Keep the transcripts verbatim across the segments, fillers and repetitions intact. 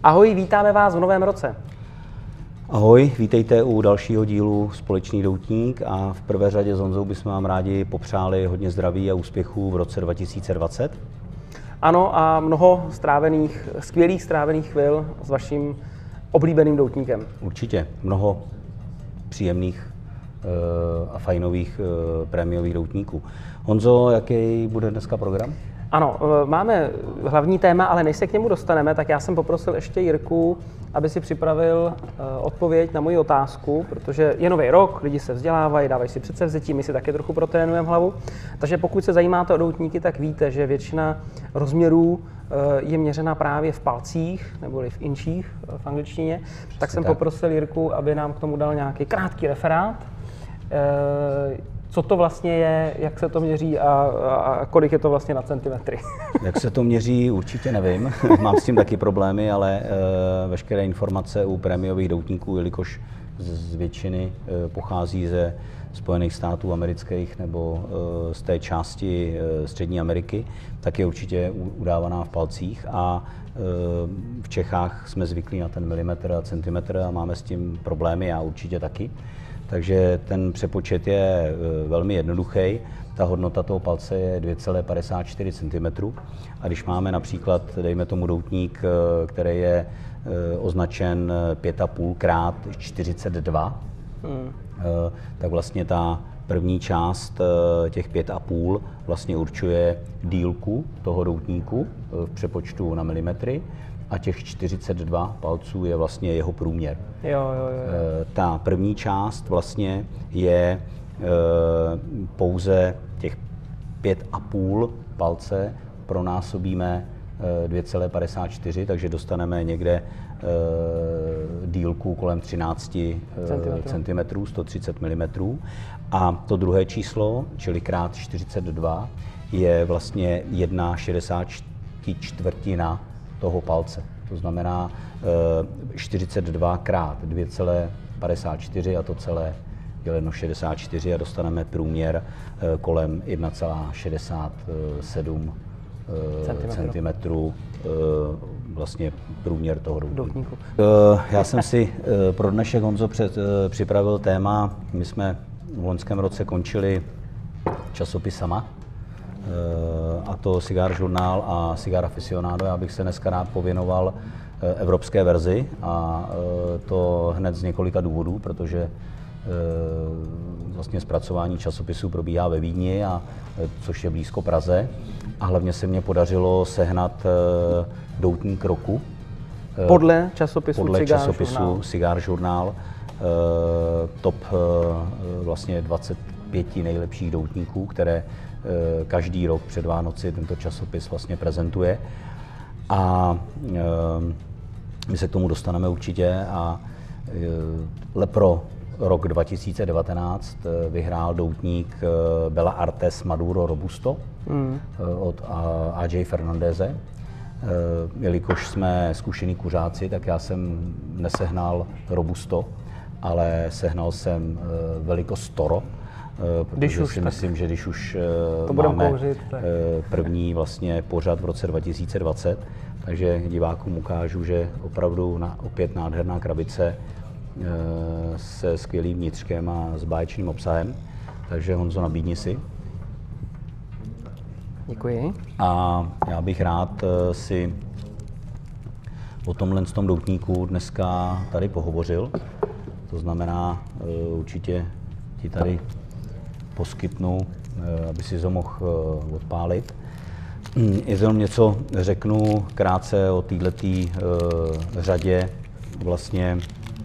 Ahoj, vítáme vás v novém roce. Ahoj, vítejte u dalšího dílu Společný doutník a v prvé řadě s Honzou bychom vám rádi popřáli hodně zdraví a úspěchů v roce dva tisíce dvacet. Ano, a mnoho strávených, skvělých strávených chvil s vaším oblíbeným doutníkem. Určitě, mnoho příjemných a fajnových prémiových doutníků. Honzo, jaký bude dneska program? Ano, máme hlavní téma, ale než se k němu dostaneme, tak já jsem poprosil ještě Jirku, aby si připravil odpověď na moji otázku, protože je nový rok, lidi se vzdělávají, dávají si předsevzetí, my si taky trochu protrénujeme hlavu. Takže pokud se zajímáte o doutníky, tak víte, že většina rozměrů je měřena právě v palcích, neboli v inčích v angličtině. Tak jsem poprosil Jirku, aby nám k tomu dal nějaký krátký referát. Co to vlastně je, jak se to měří a, a kolik je to vlastně na centimetry? Jak se to měří, určitě nevím. Mám s tím taky problémy, ale e, veškeré informace u prémiových doutníků, jelikož z většiny e, pochází ze Spojených států amerických nebo e, z té části e, Střední Ameriky, tak je určitě udávaná v palcích a e, v Čechách jsme zvyklí na ten milimetr a centimetr a máme s tím problémy, já určitě taky. Takže ten přepočet je velmi jednoduchý. Ta hodnota toho palce je dvě celá padesát čtyři centimetru. A když máme například, dejme tomu doutník, který je označen pět a půl krát čtyřicet dva, hmm. tak vlastně ta první část těch pět a půl vlastně určuje dílku toho doutníku v přepočtu na milimetry. A těch čtyřicet dva palců je vlastně jeho průměr. Jo, jo, jo. Ta první část vlastně je pouze těch pět a půl palce pronásobíme dvě celá padesát čtyři, takže dostaneme někde dílku kolem třináct centimetrů, sto třicet milimetrů. A to druhé číslo, čili krát čtyřicet dva, je vlastně jedna šedesát čtvrtina toho palce. To znamená čtyřicet dva krát dvě celá padesát čtyři a to celé děleno šedesát čtyři a dostaneme průměr kolem jedna celá šedesát sedm centimetrů, vlastně průměr toho doutníku. Já jsem si pro dnešek, Honzo, před, připravil téma. My jsme v loňském roce končili časopisama, a to Cigar Journal a Cigar Aficionado. Já bych se dneska rád pověnoval evropské verzi a to hned z několika důvodů, protože vlastně zpracování časopisů probíhá ve Vídni, a, což je blízko Praze, a hlavně se mně podařilo sehnat doutník roku. Podle časopisu, podle Cigar, časopisu Journal. Cigar Journal, top vlastně dvacet pět nejlepších doutníků, které každý rok před Vánoci tento časopis vlastně prezentuje. A my se k tomu dostaneme určitě. A pro rok dva tisíce devatenáct vyhrál doutník Bella Artes Maduro Robusto mm. od A J Fernandeze. Jelikož jsme zkušení kuřáci, tak já jsem nesehnal Robusto, ale sehnal jsem velikost Toro. Protože si myslím, že když už to máme kouřit, první vlastně pořad v roce dva tisíce dvacet, takže divákům ukážu, že opravdu na, opět nádherná krabice se skvělým vnitřkem a s báječným obsahem. Takže Honzo, nabídni si. Děkuji. A já bych rád si o tomhle tom doutníku dneska tady pohovořil. To znamená, určitě ti tady poskytnu, aby si ho mohl odpálit. Jenom něco řeknu krátce o této řadě vlastně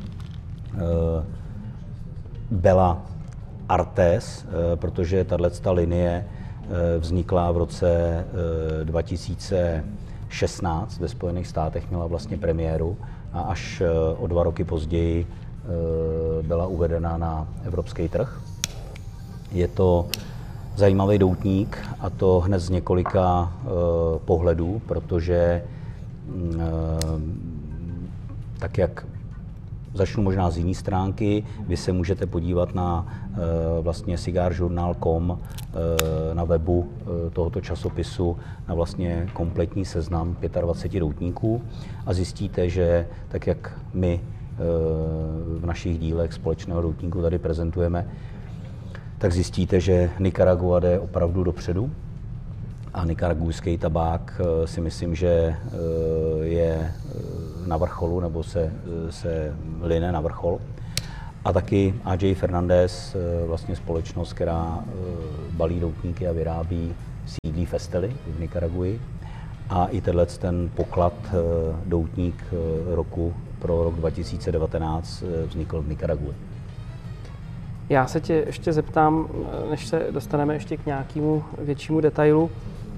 Bella Artes, protože tato linie vznikla v roce dva tisíce šestnáct ve Spojených státech, měla vlastně premiéru a až o dva roky později byla uvedena na evropský trh. Je to zajímavý doutník, a to hned z několika uh, pohledů, protože uh, tak jak Začnu možná z jiné stránky. Vy se můžete podívat na vlastně cigar journal tečka com na webu tohoto časopisu na vlastně kompletní seznam dvacet pět doutníků a zjistíte, že tak jak my v našich dílech společného doutníku tady prezentujeme, tak zjistíte, že Nikaragua jde opravdu dopředu a nikaragujský tabák si myslím, že je na vrcholu nebo se, se line na vrchol. A taky A J Fernandez, vlastně společnost, která balí doutníky a vyrábí, sídlí v Esteli v Nikaraguji. A i tenhle ten poklad doutník roku pro rok dva tisíce devatenáct vznikl v Nikaragui. Já se tě ještě zeptám, než se dostaneme ještě k nějakému většímu detailu.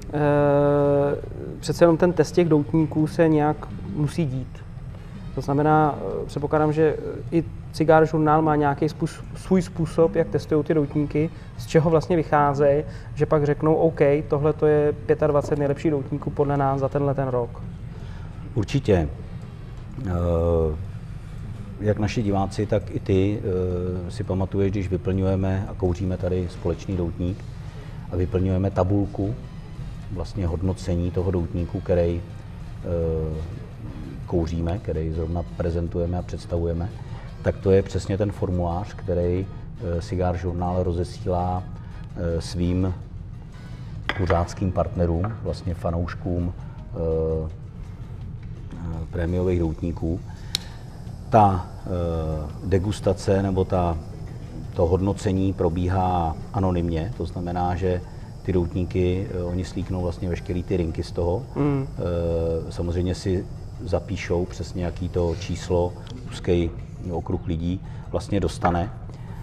Přece jenom ten test těch doutníků se nějak musí dít. To znamená, předpokládám, že i Cigar Journal má nějaký způsob, svůj způsob, jak testují ty doutníky, z čeho vlastně vycházejí, že pak řeknou, OK, tohle to je dvacet pět nejlepších doutníků podle nás za tenhle ten rok. Určitě. Jak naši diváci, tak i ty si pamatuješ, když vyplňujeme a kouříme tady společný doutník a vyplňujeme tabulku vlastně hodnocení toho doutníku, který kouříme, který zrovna prezentujeme a představujeme, tak to je přesně ten formulář, který Cigar Journal rozesílá svým kuřáckým partnerům, vlastně fanouškům prémiových doutníků. Ta degustace nebo ta, to hodnocení probíhá anonymně, to znamená, že ty doutníky, oni slíknou vlastně veškerý ty rinky z toho. Mm. Samozřejmě si zapíšou přesně, jaký to číslo, úzký okruh lidí vlastně dostane.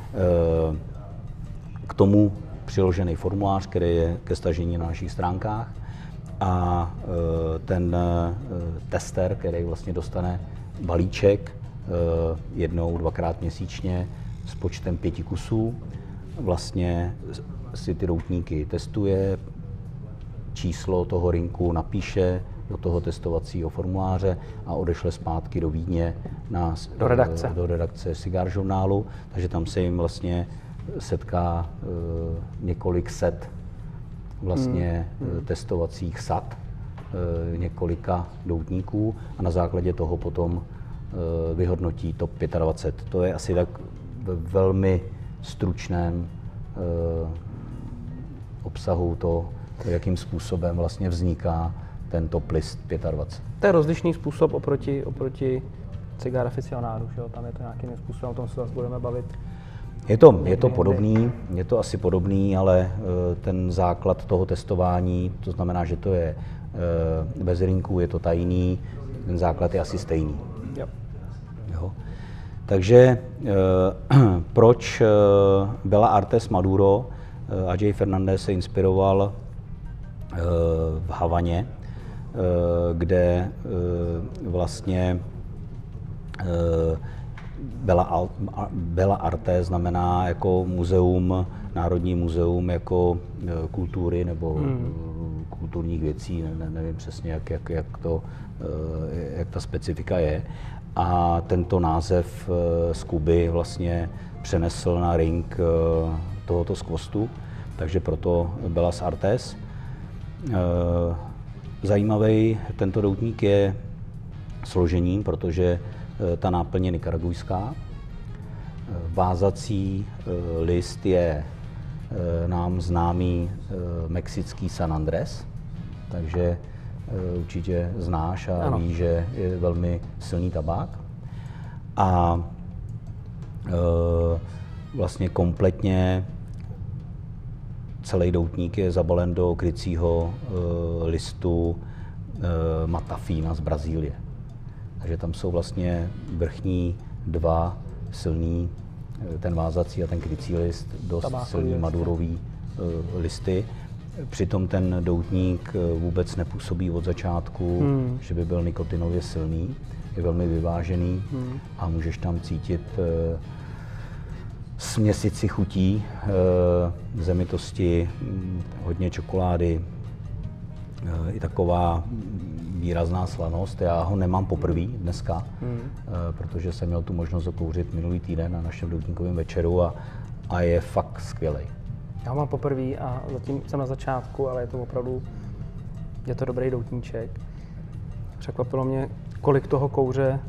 K tomu přiložený formulář, který je ke stažení na našich stránkách a ten tester, který vlastně dostane balíček jednou, dvakrát měsíčně s počtem pěti kusů, vlastně si ty doutníky testuje, číslo toho rinku napíše do toho testovacího formuláře a odešle zpátky do Vídně na, do redakce, do redakce Cigar Journalu, takže tam se jim vlastně setká uh, několik set vlastně hmm. testovacích sad, uh, několika doutníků a na základě toho potom uh, vyhodnotí top dvacet pět. To je asi tak v velmi stručném uh, obsahu to, jakým způsobem vlastně vzniká ten top list dvacet pět. To je rozlišný způsob oproti, oproti Cigar Aficionádu, že jo? Tam je to nějakým způsobem, o tom se zase budeme bavit. Je to, je to podobný, je to asi podobný, ale ten základ toho testování, to znamená, že to je bez rinků, je to tajný, ten základ je asi stejný. Jo. Jo. Takže proč Bela Artes Maduro A J Fernandez se inspiroval v Havaně, kde vlastně Bela, Bela Arte znamená jako muzeum, národní muzeum jako kultury nebo hmm. kulturních věcí, ne, nevím přesně, jak, jak, jak, to, jak ta specifika je. A tento název z Kuby vlastně přenesl na ring tohoto skvostu, takže proto Belas Artes. Zajímavý tento doutník je složením, protože ta náplň je nikaragujská. Vázací list je nám známý mexický San Andrés, takže určitě znáš a ano. víš, že je velmi silný tabák. A vlastně kompletně celý doutník je zabalen do krycího listu Matafina z Brazílie. Takže tam jsou vlastně vrchní dva silný, ten vázací a ten krycí list, dost Tabákový silný list. madurový listy. Přitom ten doutník vůbec nepůsobí od začátku, hmm. že by byl nikotinově silný, je velmi vyvážený hmm. a můžeš tam cítit směsici chutí, zemitosti, hodně čokolády, i taková výrazná slanost. Já ho nemám poprvé dneska, hmm. protože jsem měl tu možnost ho kouřit minulý týden na našem doutníkovém večeru a, a je fakt skvělý. Já ho mám poprvé a zatím jsem na začátku, ale je to opravdu, je to dobrý doutníček. Překvapilo mě, kolik toho kouře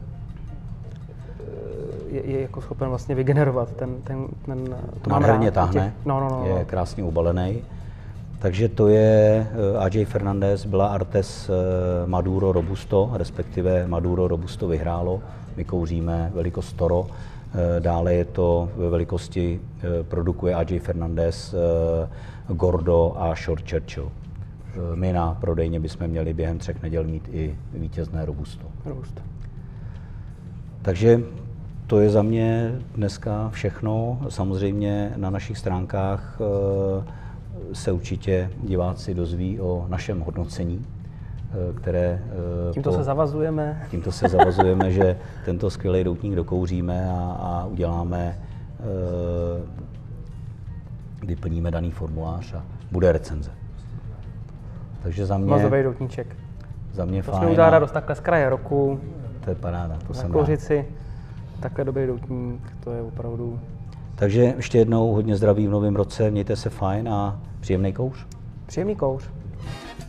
je, je jako schopen vlastně vygenerovat. Ten, ten, ten, to mám nádherně rád. táhne, Těch, no, no, no, je krásně ubalený. Takže to je A J Fernandez, byla Artes Maduro Robusto, respektive Maduro Robusto vyhrálo. My kouříme velikost Toro. Dále je to ve velikosti, produkuje A J Fernandez, Gordo a Short Churchill. My na prodejně bychom měli během třech neděl mít i vítězné Robusto. Robusto. Takže to je za mě dneska všechno. Samozřejmě na našich stránkách se určitě diváci dozví o našem hodnocení, které... Tímto po, se zavazujeme. Tímto se zavazujeme, že tento skvělý doutník dokouříme a, a uděláme, vyplníme daný formulář a bude recenze. Takže za mě... Moc dobrý doutníček. Za mě to fajn. To jsme udělali radost takhle z kraje roku. To je paráda, to jsem rád. Si takhle dobrý doutník, to je opravdu... Takže ještě jednou hodně zdraví v novém roce, mějte se fajn a příjemný kouř. Příjemný kouř.